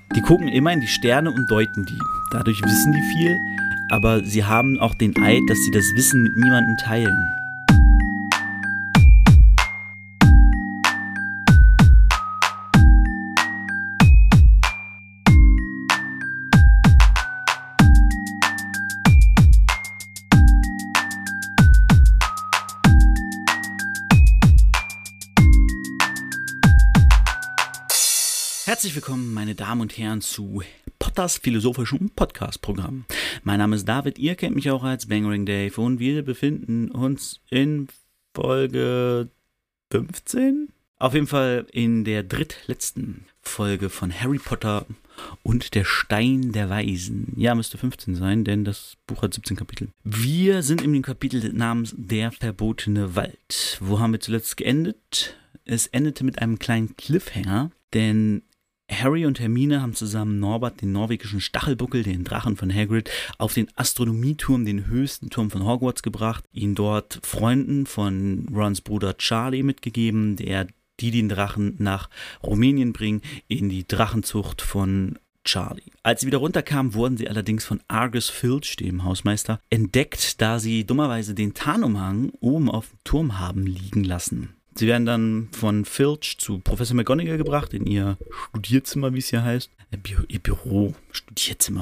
Die gucken immer in die Sterne und deuten die. Dadurch wissen die viel, aber sie haben auch den Eid, dass sie das Wissen mit niemandem teilen. Herzlich willkommen, meine Damen und Herren, zu Potters philosophischem Podcast-Programm. Mein Name ist David, ihr kennt mich auch als Bangering Dave und wir befinden uns in Folge 15? Auf jeden Fall in der drittletzten Folge von Harry Potter und der Stein der Weisen. Ja, müsste 15 sein, denn das Buch hat 17 Kapitel. Wir sind in dem Kapitel namens Der verbotene Wald. Wo haben wir zuletzt geendet? Es endete mit einem kleinen Cliffhanger, denn Harry und Hermine haben zusammen Norbert, den norwegischen Stachelbuckel, den Drachen von Hagrid, auf den Astronomieturm, den höchsten Turm von Hogwarts, gebracht, ihn dort Freunden von Rons Bruder Charlie mitgegeben, die den Drachen nach Rumänien bringen, in die Drachenzucht von Charlie. Als sie wieder runterkamen, wurden sie allerdings von Argus Filch, dem Hausmeister, entdeckt, da sie dummerweise den Tarnumhang oben auf dem Turm haben liegen lassen. Sie werden dann von Filch zu Professor McGonagall gebracht, in ihr Studierzimmer, wie es hier heißt. Ihr Büro, Studierzimmer.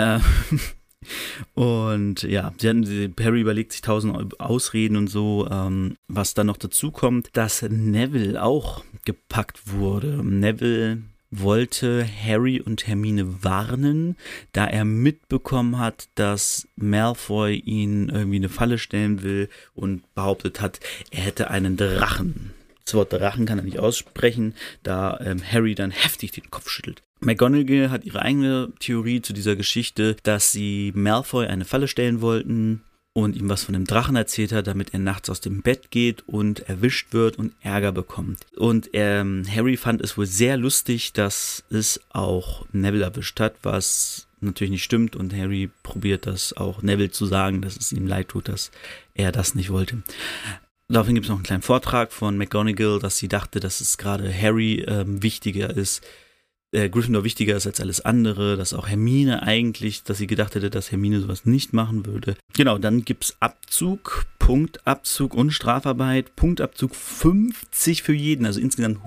Und ja, Harry überlegt sich 1000 Ausreden und so. Was dann noch dazu kommt, dass Neville auch gepackt wurde. Neville wollte Harry und Hermine warnen, da er mitbekommen hat, dass Malfoy ihn irgendwie eine Falle stellen will und behauptet hat, er hätte einen Drachen. Das Wort Drachen kann er nicht aussprechen, da Harry dann heftig den Kopf schüttelt. McGonagall hat ihre eigene Theorie zu dieser Geschichte, dass sie Malfoy eine Falle stellen wollten und ihm was von dem Drachen erzählt hat, damit er nachts aus dem Bett geht und erwischt wird und Ärger bekommt. Und Harry fand es wohl sehr lustig, dass es auch Neville erwischt hat, was natürlich nicht stimmt. Und Harry probiert das auch Neville zu sagen, dass es ihm leid tut, dass er das nicht wollte. Daraufhin gibt es noch einen kleinen Vortrag von McGonagall, dass sie dachte, dass es gerade Harry wichtiger ist, Gryffindor wichtiger ist als alles andere, dass auch Hermine eigentlich, dass sie gedacht hätte, dass Hermine sowas nicht machen würde. Genau, dann gibt's Abzug, Punktabzug und Strafarbeit. Punktabzug 50 für jeden, also insgesamt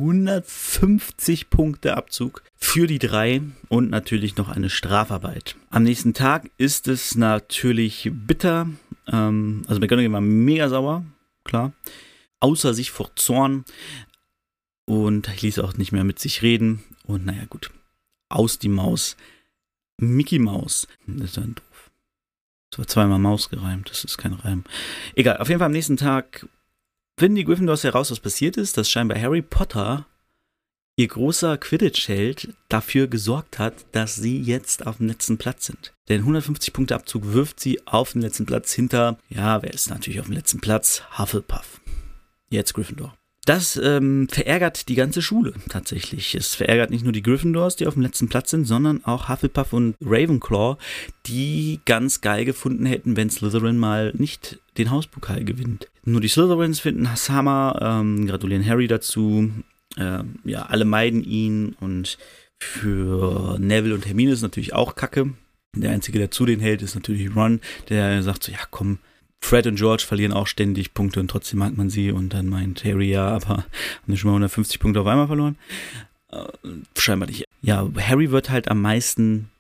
150 Punkte Abzug für die 3 und natürlich noch eine Strafarbeit. Am nächsten Tag ist es natürlich bitter, also McGonagall war mega sauer, klar, außer sich vor Zorn. Und ließ auch nicht mehr mit sich reden. Und naja, gut. Aus die Maus. Mickey Maus. Das ist dann doof. Es war zweimal Maus gereimt. Das ist kein Reim. Egal, auf jeden Fall am nächsten Tag finden die Gryffindors heraus, was passiert ist. Dass scheinbar Harry Potter, ihr großer Quidditch-Held, dafür gesorgt hat, dass sie jetzt auf dem letzten Platz sind. Denn 150 Punkte Abzug wirft sie auf den letzten Platz hinter, ja, wer ist natürlich auf dem letzten Platz? Hufflepuff. Jetzt Gryffindor. Das verärgert die ganze Schule tatsächlich. Es verärgert nicht nur die Gryffindors, die auf dem letzten Platz sind, sondern auch Hufflepuff und Ravenclaw, die ganz geil gefunden hätten, wenn Slytherin mal nicht den Hauspokal gewinnt. Nur die Slytherins finden das Hammer, gratulieren Harry dazu. Ja, alle meiden ihn und für Neville und Hermine ist natürlich auch Kacke. Der Einzige, der zu denen hält, ist natürlich Ron, der sagt so, ja komm, Fred und George verlieren auch ständig Punkte und trotzdem mag man sie. Und dann meint Harry, ja, aber haben schon mal 150 Punkte auf einmal verloren? Scheinbar nicht. Ja, Harry wird halt am meisten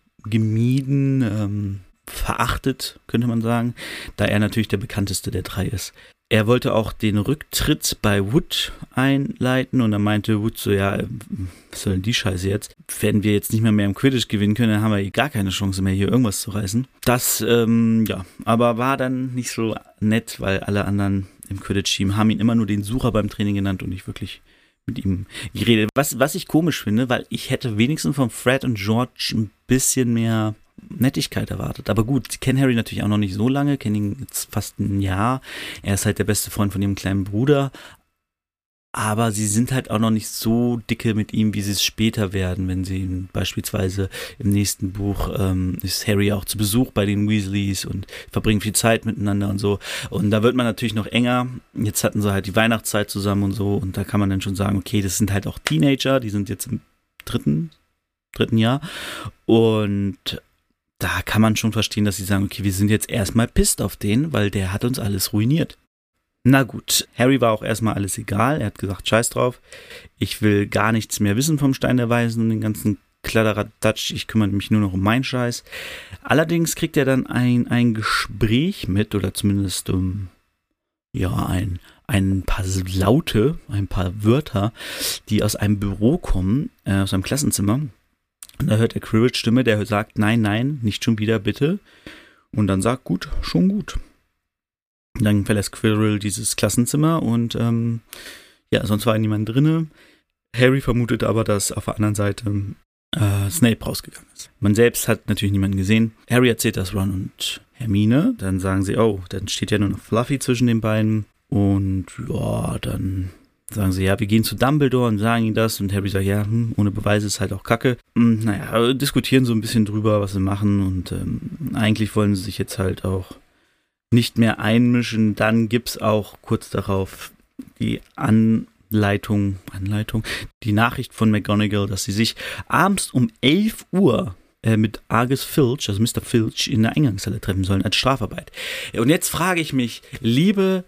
gemieden, verachtet, könnte man sagen, da er natürlich der bekannteste der 3 ist. Er wollte auch den Rücktritt bei Wood einleiten und dann meinte Wood so, ja, was soll denn die Scheiße jetzt? Wenn wir jetzt nicht mehr im Quidditch gewinnen können, dann haben wir gar keine Chance mehr, hier irgendwas zu reißen. Das, ja, aber war dann nicht so nett, weil alle anderen im Quidditch-Team haben ihn immer nur den Sucher beim Training genannt und nicht wirklich mit ihm geredet. Was ich komisch finde, weil ich hätte wenigstens von Fred und George ein bisschen mehr Nettigkeit erwartet. Aber gut, sie kennen Harry natürlich auch noch nicht so lange, kennen ihn jetzt fast ein Jahr. Er ist halt der beste Freund von ihrem kleinen Bruder. Aber sie sind halt auch noch nicht so dicke mit ihm, wie sie es später werden, wenn sie beispielsweise im nächsten Buch ist Harry auch zu Besuch bei den Weasleys und verbringen viel Zeit miteinander und so. Und da wird man natürlich noch enger. Jetzt hatten sie halt die Weihnachtszeit zusammen und so. Und da kann man dann schon sagen, okay, das sind halt auch Teenager, die sind jetzt im 3. 3. Jahr. Und da kann man schon verstehen, dass sie sagen, okay, wir sind jetzt erstmal pisst auf den, weil der hat uns alles ruiniert. Na gut, Harry war auch erstmal alles egal. Er hat gesagt, scheiß drauf, ich will gar nichts mehr wissen vom Stein der Weisen und den ganzen Kladderadatsch, ich kümmere mich nur noch um meinen Scheiß. Allerdings kriegt er dann ein Gespräch mit, oder zumindest ein paar Laute, ein paar Wörter, die aus einem Büro kommen, aus einem Klassenzimmer. Und da hört er Quirrells Stimme, der sagt, nein, nicht schon wieder, bitte. Und dann sagt, gut, schon gut. Und dann verlässt Quirrell dieses Klassenzimmer und sonst war niemand drinne. Harry vermutet aber, dass auf der anderen Seite Snape rausgegangen ist. Man selbst hat natürlich niemanden gesehen. Harry erzählt das Ron und Hermine. Dann sagen sie, oh, dann steht ja nur noch Fluffy zwischen den beiden. Und ja, dann sagen sie, ja, wir gehen zu Dumbledore und sagen ihm das. Und Harry sagt, ja, ohne Beweise ist halt auch Kacke. Diskutieren so ein bisschen drüber, was sie machen. Und eigentlich wollen sie sich jetzt halt auch nicht mehr einmischen. Dann gibt's auch kurz darauf die die Nachricht von McGonagall, dass sie sich abends um 11 Uhr mit Argus Filch, also Mr. Filch, in der Eingangshalle treffen sollen als Strafarbeit. Und jetzt frage ich mich, liebe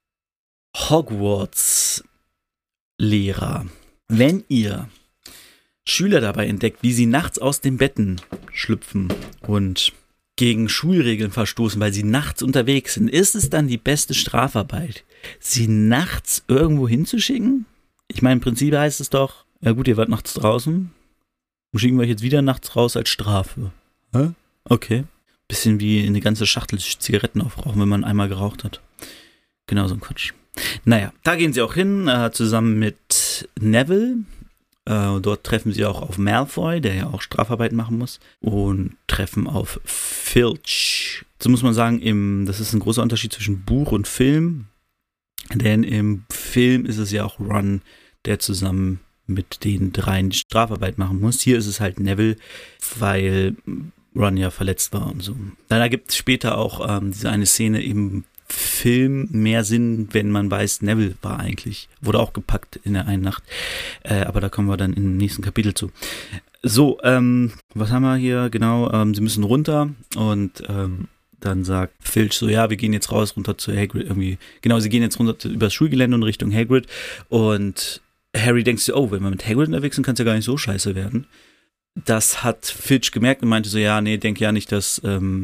Hogwarts-Lehrer, wenn ihr Schüler dabei entdeckt, wie sie nachts aus den Betten schlüpfen und gegen Schulregeln verstoßen, weil sie nachts unterwegs sind, ist es dann die beste Strafarbeit, sie nachts irgendwo hinzuschicken? Ich meine, im Prinzip heißt es doch, ja gut, ihr wart nachts draußen, und schicken wir euch jetzt wieder nachts raus als Strafe. Hä? Okay. Bisschen wie eine ganze Schachtel Zigaretten aufrauchen, wenn man einmal geraucht hat. Genau so ein Quatsch. Naja, da gehen sie auch hin, zusammen mit Neville. Dort treffen sie auch auf Malfoy, der ja auch Strafarbeit machen muss, und treffen auf Filch. So muss man sagen, das ist ein großer Unterschied zwischen Buch und Film, denn im Film ist es ja auch Ron, der zusammen mit den dreien Strafarbeit machen muss. Hier ist es halt Neville, weil Ron ja verletzt war und so. Dann ergibt es später auch diese eine Szene im Film mehr Sinn, wenn man weiß, Neville wurde auch gepackt in der einen Nacht. Aber da kommen wir dann im nächsten Kapitel zu. So, was haben wir hier? Genau, sie müssen runter und dann sagt Filch so, ja, wir gehen jetzt runter zu Hagrid irgendwie. Genau, sie gehen jetzt runter übers Schulgelände und Richtung Hagrid und Harry denkt sich, oh, wenn wir mit Hagrid unterwegs sind, kann es ja gar nicht so scheiße werden. Das hat Filch gemerkt und meinte so, ja, nee, denk ja nicht, dass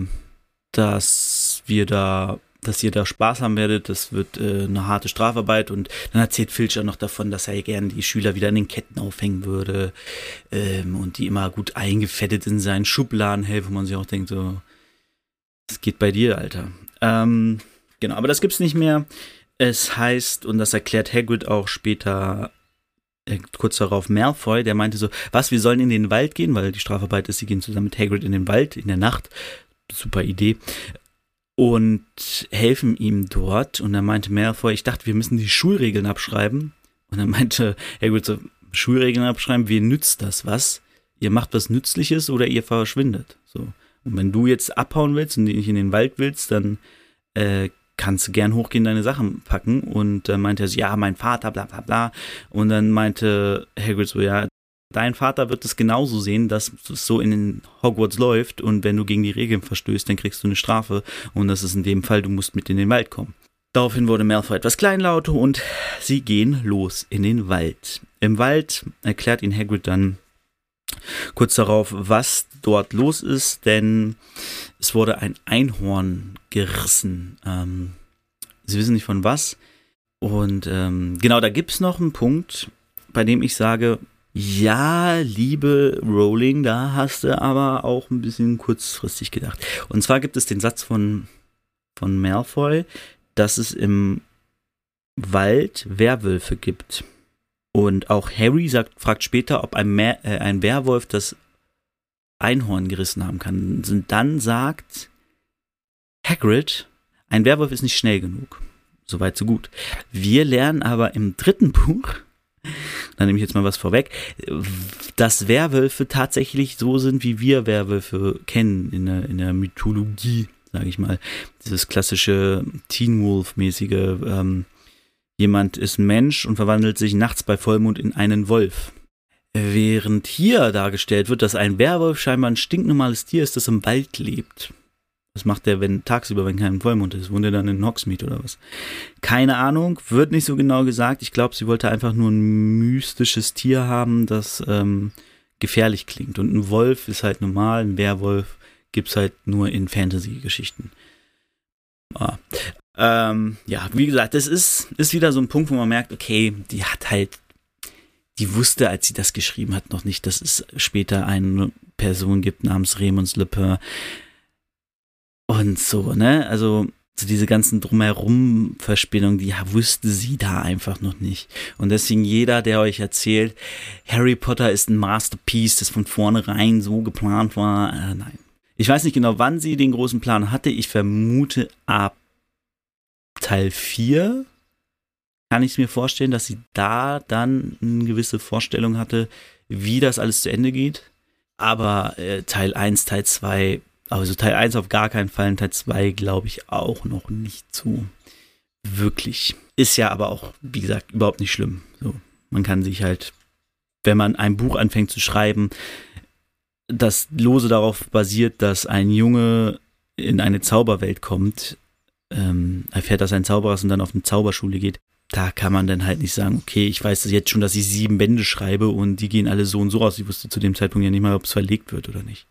ihr da Spaß haben werdet, das wird eine harte Strafarbeit. Und dann erzählt Filch auch noch davon, dass er gerne die Schüler wieder an den Ketten aufhängen würde und die immer gut eingefettet in seinen Schubladen hält, wo man sich auch denkt, so, das geht bei dir, Alter. Genau, aber das gibt's nicht mehr. Es heißt, und das erklärt Hagrid auch später, kurz darauf Malfoy, der meinte so, wir sollen in den Wald gehen, weil die Strafarbeit ist, sie gehen zusammen mit Hagrid in den Wald in der Nacht. Super Idee. Und helfen ihm dort. Und dann meinte Malfoy, ich dachte, wir müssen die Schulregeln abschreiben. Und dann meinte Hagrid so, Schulregeln abschreiben, wen nützt das was? Ihr macht was Nützliches oder ihr verschwindet. So. Und wenn du jetzt abhauen willst und nicht in den Wald willst, dann kannst du gern hochgehen, deine Sachen packen. Und dann meinte er so, ja, mein Vater, bla bla bla. Und dann meinte Hagrid so, ja, dein Vater wird es genauso sehen, dass es so in den Hogwarts läuft und wenn du gegen die Regeln verstößt, dann kriegst du eine Strafe und das ist in dem Fall, du musst mit in den Wald kommen. Daraufhin wurde Malfoy etwas kleinlauter und sie gehen los in den Wald. Im Wald erklärt ihn Hagrid dann kurz darauf, was dort los ist, denn es wurde ein Einhorn gerissen. Sie wissen nicht von was. Und genau, da gibt es noch einen Punkt, bei dem ich sage, ja, liebe Rowling, da hast du aber auch ein bisschen kurzfristig gedacht. Und zwar gibt es den Satz von Malfoy, dass es im Wald Werwölfe gibt. Und auch Harry fragt später, ob ein Werwolf das Einhorn gerissen haben kann. Und dann sagt Hagrid, ein Werwolf ist nicht schnell genug. Soweit, so gut. Wir lernen aber im 3. Buch, da nehme ich jetzt mal was vorweg, dass Werwölfe tatsächlich so sind, wie wir Werwölfe kennen in der Mythologie, sage ich mal. Dieses klassische Teen Wolf-mäßige, jemand ist ein Mensch und verwandelt sich nachts bei Vollmond in einen Wolf. Während hier dargestellt wird, dass ein Werwolf scheinbar ein stinknormales Tier ist, das im Wald lebt. Was macht der, wenn tagsüber, wenn kein Vollmond ist? Wohnt er dann in Hogsmeade oder was? Keine Ahnung, wird nicht so genau gesagt. Ich glaube, sie wollte einfach nur ein mystisches Tier haben, das gefährlich klingt. Und ein Wolf ist halt normal, ein Werwolf gibt es halt nur in Fantasy-Geschichten. Ja, wie gesagt, das ist wieder so ein Punkt, wo man merkt, okay, die wusste, als sie das geschrieben hat, noch nicht, dass es später eine Person gibt namens Remus Lupin. Und so, ne? Also so diese ganzen Drumherum-Verspielungen, die wusste sie da einfach noch nicht. Und deswegen jeder, der euch erzählt, Harry Potter ist ein Masterpiece, das von vornherein so geplant war, nein. Ich weiß nicht genau, wann sie den großen Plan hatte. Ich vermute ab Teil 4 kann ich es mir vorstellen, dass sie da dann eine gewisse Vorstellung hatte, wie das alles zu Ende geht. Aber Teil 1, Teil 2, also Teil 1 auf gar keinen Fall, und Teil 2 glaube ich auch noch nicht so wirklich. Ist ja aber auch, wie gesagt, überhaupt nicht schlimm. So, man kann sich halt, wenn man ein Buch anfängt zu schreiben, das lose darauf basiert, dass ein Junge in eine Zauberwelt kommt, erfährt, dass er ein Zauberer ist und dann auf eine Zauberschule geht. Da kann man dann halt nicht sagen, okay, ich weiß jetzt schon, dass ich 7 Bände schreibe und die gehen alle so und so aus. Ich wusste zu dem Zeitpunkt ja nicht mal, ob es verlegt wird oder nicht.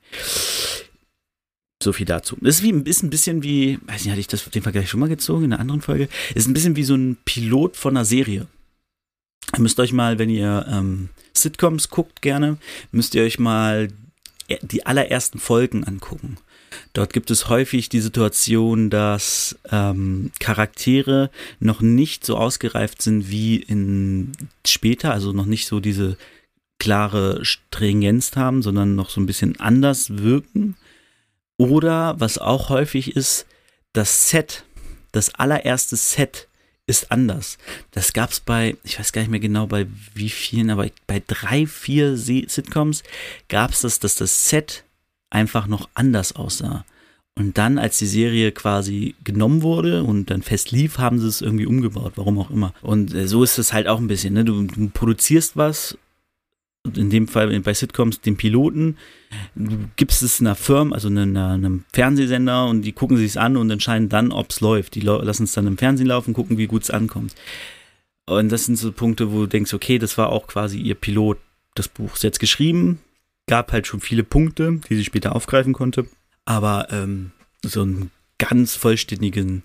So viel dazu. Das ist ein bisschen wie, weiß nicht, hatte ich den Vergleich schon mal gezogen in einer anderen Folge? Ist ein bisschen wie so ein Pilot von einer Serie. Ihr müsst euch mal, wenn ihr Sitcoms guckt gerne, müsst ihr euch mal die allerersten Folgen angucken. Dort gibt es häufig die Situation, dass Charaktere noch nicht so ausgereift sind wie in später, also noch nicht so diese klare Stringenz haben, sondern noch so ein bisschen anders wirken. Oder, was auch häufig ist, das Set, das allererste Set ist anders. Das gab es bei, ich weiß gar nicht mehr genau bei wie vielen, aber bei 3, 4 Sitcoms gab es das, dass das Set einfach noch anders aussah. Und dann, als die Serie quasi genommen wurde und dann fest lief, haben sie es irgendwie umgebaut, warum auch immer. Und so ist es halt auch ein bisschen, ne? Du produzierst was, in dem Fall bei Sitcoms den Piloten, du gibst es einer Firma, also einem Fernsehsender, und die gucken sich es an und entscheiden dann, ob es läuft. Die lassen es dann im Fernsehen laufen, gucken, wie gut es ankommt. Und das sind so Punkte, wo du denkst, okay, das war auch quasi ihr Pilot des Buchs. Jetzt geschrieben, gab halt schon viele Punkte, die sie später aufgreifen konnte. Aber so eine ganz vollständige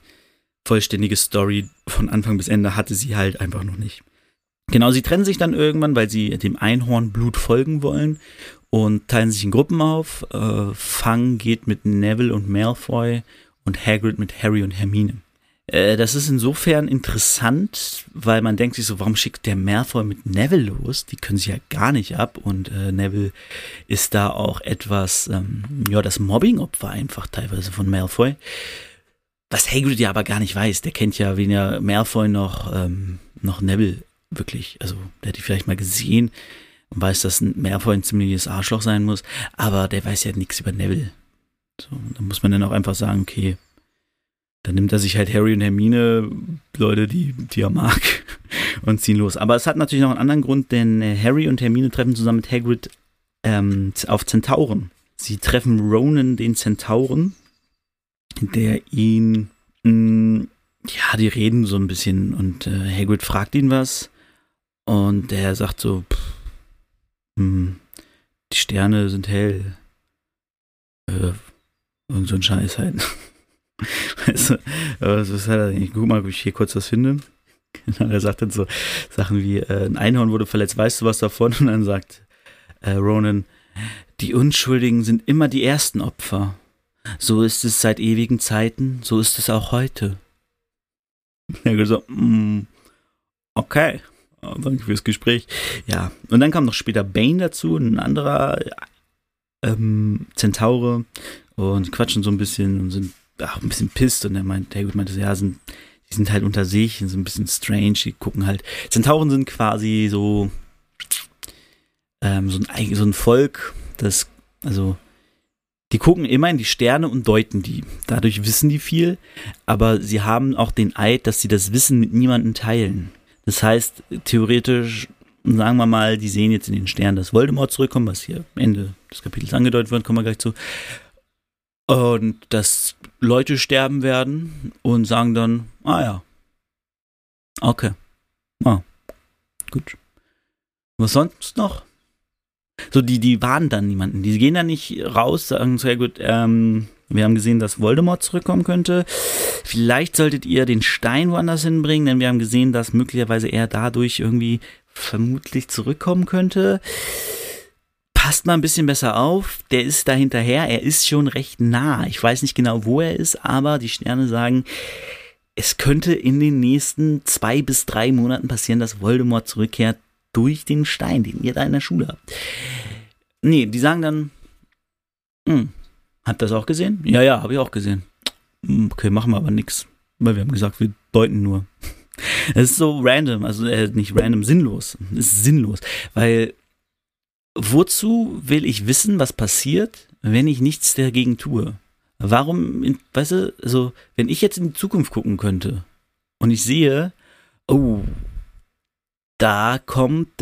Story von Anfang bis Ende hatte sie halt einfach noch nicht. Genau, sie trennen sich dann irgendwann, weil sie dem Einhornblut folgen wollen und teilen sich in Gruppen auf. Fang geht mit Neville und Malfoy und Hagrid mit Harry und Hermine. Das ist insofern interessant, weil man denkt sich so, warum schickt der Malfoy mit Neville los? Die können sich ja gar nicht ab, und Neville ist da auch etwas, das Mobbing-Opfer einfach teilweise von Malfoy. Was Hagrid ja aber gar nicht weiß, der kennt ja weder Malfoy noch Neville wirklich. Also der hat die vielleicht mal gesehen und weiß, dass Malfoy ein ziemliches Arschloch sein muss, aber der weiß ja nichts über Neville. So, da muss man dann auch einfach sagen, okay, dann nimmt er sich halt Harry und Hermine, Leute, die er mag, und ziehen los. Aber es hat natürlich noch einen anderen Grund, denn Harry und Hermine treffen zusammen mit Hagrid auf Zentauren. Sie treffen Ronan, den Zentauren, der ihn, die reden so ein bisschen, und Hagrid fragt ihn was, und der sagt so, die Sterne sind hell. Irgend so ein Scheiß halt. Weißt du, was ist halt, ich guck mal, ob ich hier kurz was finde. Genau, er sagt dann so Sachen wie, ein Einhorn wurde verletzt, weißt du was davon? Und dann sagt Ronan, die Unschuldigen sind immer die ersten Opfer. So ist es seit ewigen Zeiten, so ist es auch heute. Er hat so, okay, danke fürs Gespräch. Ja, und dann kam noch später Bane dazu, ein anderer Zentaure, und quatschen so ein bisschen und sind auch ein bisschen pisst, und Hagrid meinte, ja, die sind halt unter sich, sind so ein bisschen strange, die gucken halt, Zentauren sind quasi so so ein Volk, die gucken immer in die Sterne und deuten die. Dadurch wissen die viel, aber sie haben auch den Eid, dass sie das Wissen mit niemandem teilen. Das heißt, theoretisch Und sagen wir mal, die sehen jetzt in den Sternen, dass Voldemort zurückkommt, was hier am Ende des Kapitels angedeutet wird, kommen wir gleich zu. Und dass Leute sterben werden und sagen dann, ja, okay, gut. Was sonst noch? So, die warnen dann niemanden. Die gehen dann nicht raus, sagen, sehr gut, wir haben gesehen, dass Voldemort zurückkommen könnte. Vielleicht solltet ihr den Stein woanders hinbringen, denn wir haben gesehen, dass möglicherweise er dadurch irgendwie vermutlich zurückkommen könnte. Passt mal ein bisschen besser auf. Der ist da hinterher. Er ist schon recht nah. Ich weiß nicht genau, wo er ist, aber die Sterne sagen, es könnte in den nächsten 2 bis 3 Monaten passieren, dass Voldemort zurückkehrt durch den Stein, den ihr da in der Schule habt. Nee, die sagen dann, habt ihr das auch gesehen? Ja, habe ich auch gesehen. Okay, machen wir aber nichts. Weil wir haben gesagt, wir deuten nur. Es ist so random, also nicht random, sinnlos. Es ist sinnlos, weil wozu will ich wissen, was passiert, wenn ich nichts dagegen tue? Warum, weißt du, also wenn ich jetzt in die Zukunft gucken könnte und ich sehe, da kommt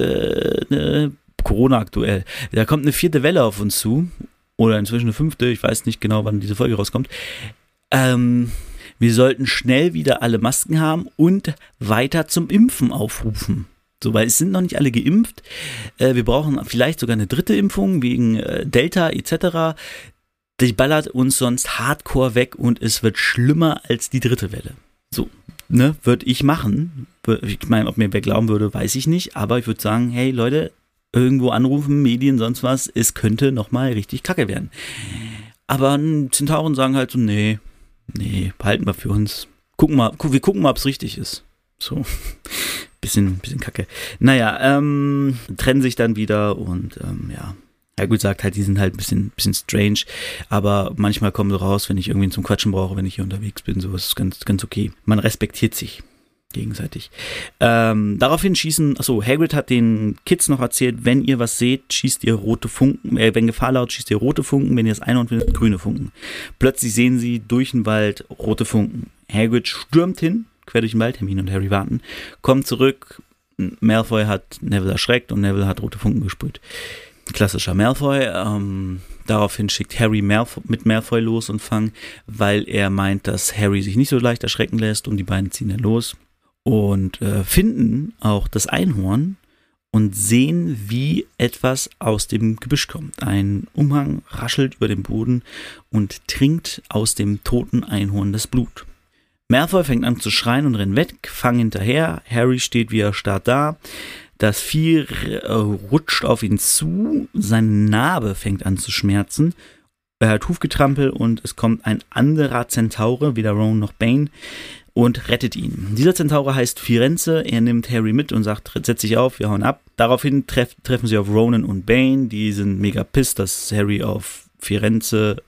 Corona aktuell, da kommt eine 4. Welle auf uns zu, oder inzwischen eine 5., ich weiß nicht genau, wann diese Folge rauskommt. Wir sollten schnell wieder alle Masken haben und weiter zum Impfen aufrufen. So, weil es sind noch nicht alle geimpft. Wir brauchen vielleicht sogar eine 3. Impfung wegen Delta etc. Die ballert uns sonst hardcore weg und es wird schlimmer als die 3. Welle. So, ne, würde ich machen. Ich meine, ob mir wer glauben würde, weiß ich nicht. Aber ich würde sagen, hey Leute, irgendwo anrufen, Medien, sonst was, es könnte nochmal richtig kacke werden. Aber Zentauren sagen halt so, nee, behalten wir für uns. Wir gucken mal, ob es richtig ist. So, bisschen kacke. Naja, trennen sich dann wieder und Hagrid sagt halt, die sind halt ein bisschen strange, aber manchmal kommen sie raus, wenn ich irgendwen zum Quatschen brauche, wenn ich hier unterwegs bin, so ist es ganz okay. Man respektiert sich gegenseitig. Daraufhin Hagrid hat den Kids noch erzählt, wenn ihr was seht, schießt ihr rote Funken, wenn Gefahr lautet, schießt ihr rote Funken, wenn ihr das Einhorn findet, grüne Funken. Plötzlich sehen sie durch den Wald rote Funken. Hagrid stürmt hin, quer durch den Wald, Hermine und Harry warten, kommt zurück, Malfoy hat Neville erschreckt und Neville hat rote Funken gesprüht. Klassischer Malfoy. Daraufhin schickt Harry mit Malfoy los und Fang, weil er meint, dass Harry sich nicht so leicht erschrecken lässt und die beiden ziehen dann los und finden auch das Einhorn und sehen, wie etwas aus dem Gebüsch kommt. Ein Umhang raschelt über den Boden und trinkt aus dem toten Einhorn das Blut. Malfoy fängt an zu schreien und rennt weg, Fang hinterher, Harry steht wie erstarrt da. Das Vieh rutscht auf ihn zu, seine Narbe fängt an zu schmerzen, er hat Hufgetrampel und es kommt ein anderer Zentaure, weder Ron noch Bane, und rettet ihn. Dieser Zentaure heißt Firenze, er nimmt Harry mit und sagt, setz dich auf, wir hauen ab. Daraufhin treffen sie auf Ronan und Bane, die sind mega pissed, dass Harry auf Firenze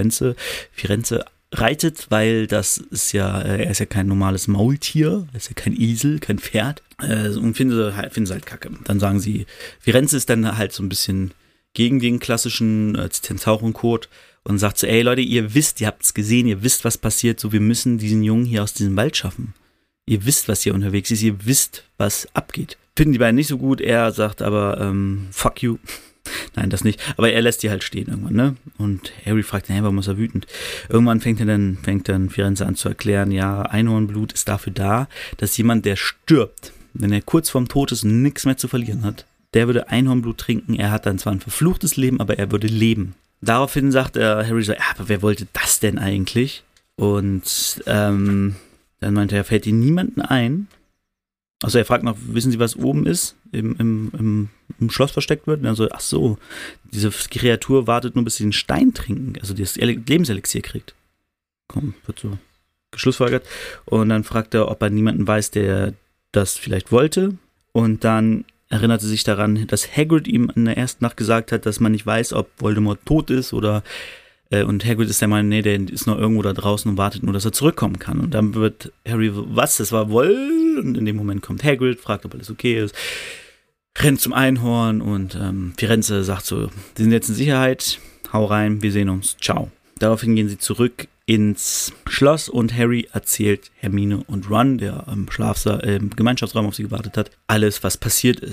reitet, weil das ist ja, er ist ja kein normales Maultier, er ist ja kein Esel, kein Pferd, und finden sie halt kacke. Dann sagen sie, Firenze ist dann halt so ein bisschen gegen den klassischen Zentaurencode und sagt so, ey Leute, ihr habt es gesehen, ihr wisst, was passiert, so wir müssen diesen Jungen hier aus diesem Wald schaffen. Ihr wisst, was hier unterwegs ist, ihr wisst, was abgeht. Finden die beiden nicht so gut, er sagt aber, fuck you. Nein, das nicht. Aber er lässt die halt stehen irgendwann, ne? Und Harry fragt, warum ist er wütend? Irgendwann fängt dann Firenze an zu erklären, ja, Einhornblut ist dafür da, dass jemand, der stirbt, wenn er kurz vorm Tod ist und nichts mehr zu verlieren hat, der würde Einhornblut trinken. Er hat dann zwar ein verfluchtes Leben, aber er würde leben. Daraufhin sagt Harry so, aber wer wollte das denn eigentlich? Und dann meinte er, fällt ihm niemanden ein. Also er fragt noch, wissen Sie, was oben ist, im Schloss versteckt wird? Und dann so, ach so, diese Kreatur wartet nur, bis sie den Stein trinken, also das Lebenselixier kriegt. Komm, wird so geschlussfolgert. Und dann fragt er, ob er niemanden weiß, der das vielleicht wollte. Und dann erinnert er sich daran, dass Hagrid ihm in der ersten Nacht gesagt hat, dass man nicht weiß, ob Voldemort tot ist oder und Hagrid ist der Meinung, nee, der ist noch irgendwo da draußen und wartet nur, dass er zurückkommen kann. Und dann wird Harry, was, das war Voll? Und in dem Moment kommt Hagrid, fragt, ob alles okay ist, rennt zum Einhorn und Firenze sagt so, sie sind jetzt in Sicherheit, hau rein, wir sehen uns, ciao. Daraufhin gehen sie zurück ins Schloss und Harry erzählt Hermine und Ron, der im Gemeinschaftsraum auf sie gewartet hat, alles, was passiert ist.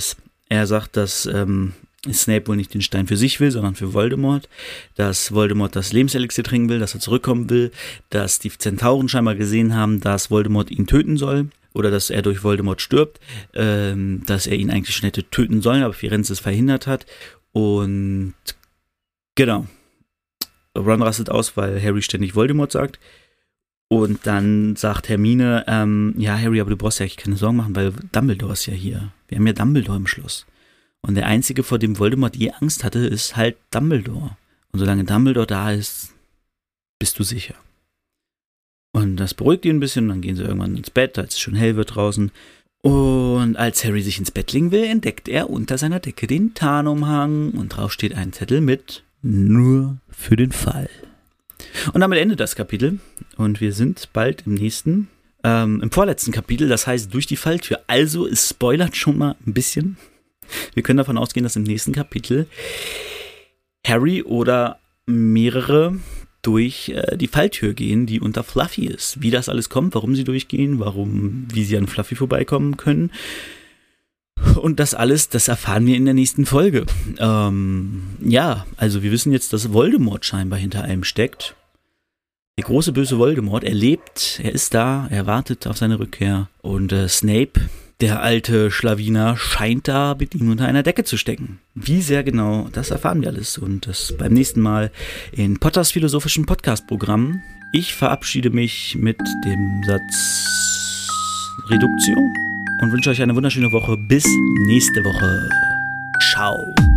Er sagt, dass Snape wohl nicht den Stein für sich will, sondern für Voldemort. Dass Voldemort das Lebenselixier trinken will, dass er zurückkommen will. Dass die Zentauren scheinbar gesehen haben, dass Voldemort ihn töten soll. Oder dass er durch Voldemort stirbt. Dass er ihn eigentlich schon hätte töten sollen, aber Firenze es verhindert hat. Und genau. Ron rastet aus, weil Harry ständig Voldemort sagt. Und dann sagt Hermine, ja Harry, aber du brauchst ja eigentlich keine Sorgen machen, weil Dumbledore ist ja hier. Wir haben ja Dumbledore im Schloss. Und der Einzige, vor dem Voldemort je Angst hatte, ist halt Dumbledore. Und solange Dumbledore da ist, bist du sicher. Und das beruhigt ihn ein bisschen, dann gehen sie irgendwann ins Bett, als es schon hell wird draußen. Und als Harry sich ins Bett legen will, entdeckt er unter seiner Decke den Tarnumhang und drauf steht ein Zettel mit nur für den Fall. Und damit endet das Kapitel und wir sind bald im vorletzten Kapitel, das heißt durch die Falltür. Also es spoilert schon mal ein bisschen. Wir können davon ausgehen, dass im nächsten Kapitel Harry oder mehrere durch die Falltür gehen, die unter Fluffy ist. Wie das alles kommt, warum sie durchgehen, wie sie an Fluffy vorbeikommen können. Und das alles, das erfahren wir in der nächsten Folge. Ja, also wir wissen jetzt, dass Voldemort scheinbar hinter allem steckt. Der große böse Voldemort, er lebt, er ist da, er wartet auf seine Rückkehr. Und Snape, der alte Schlawiner, scheint da mit ihm unter einer Decke zu stecken. Wie sehr genau, das erfahren wir alles. Und das beim nächsten Mal in Potters philosophischen Podcast-Programm. Ich verabschiede mich mit dem Satz Reduktion und wünsche euch eine wunderschöne Woche. Bis nächste Woche. Ciao.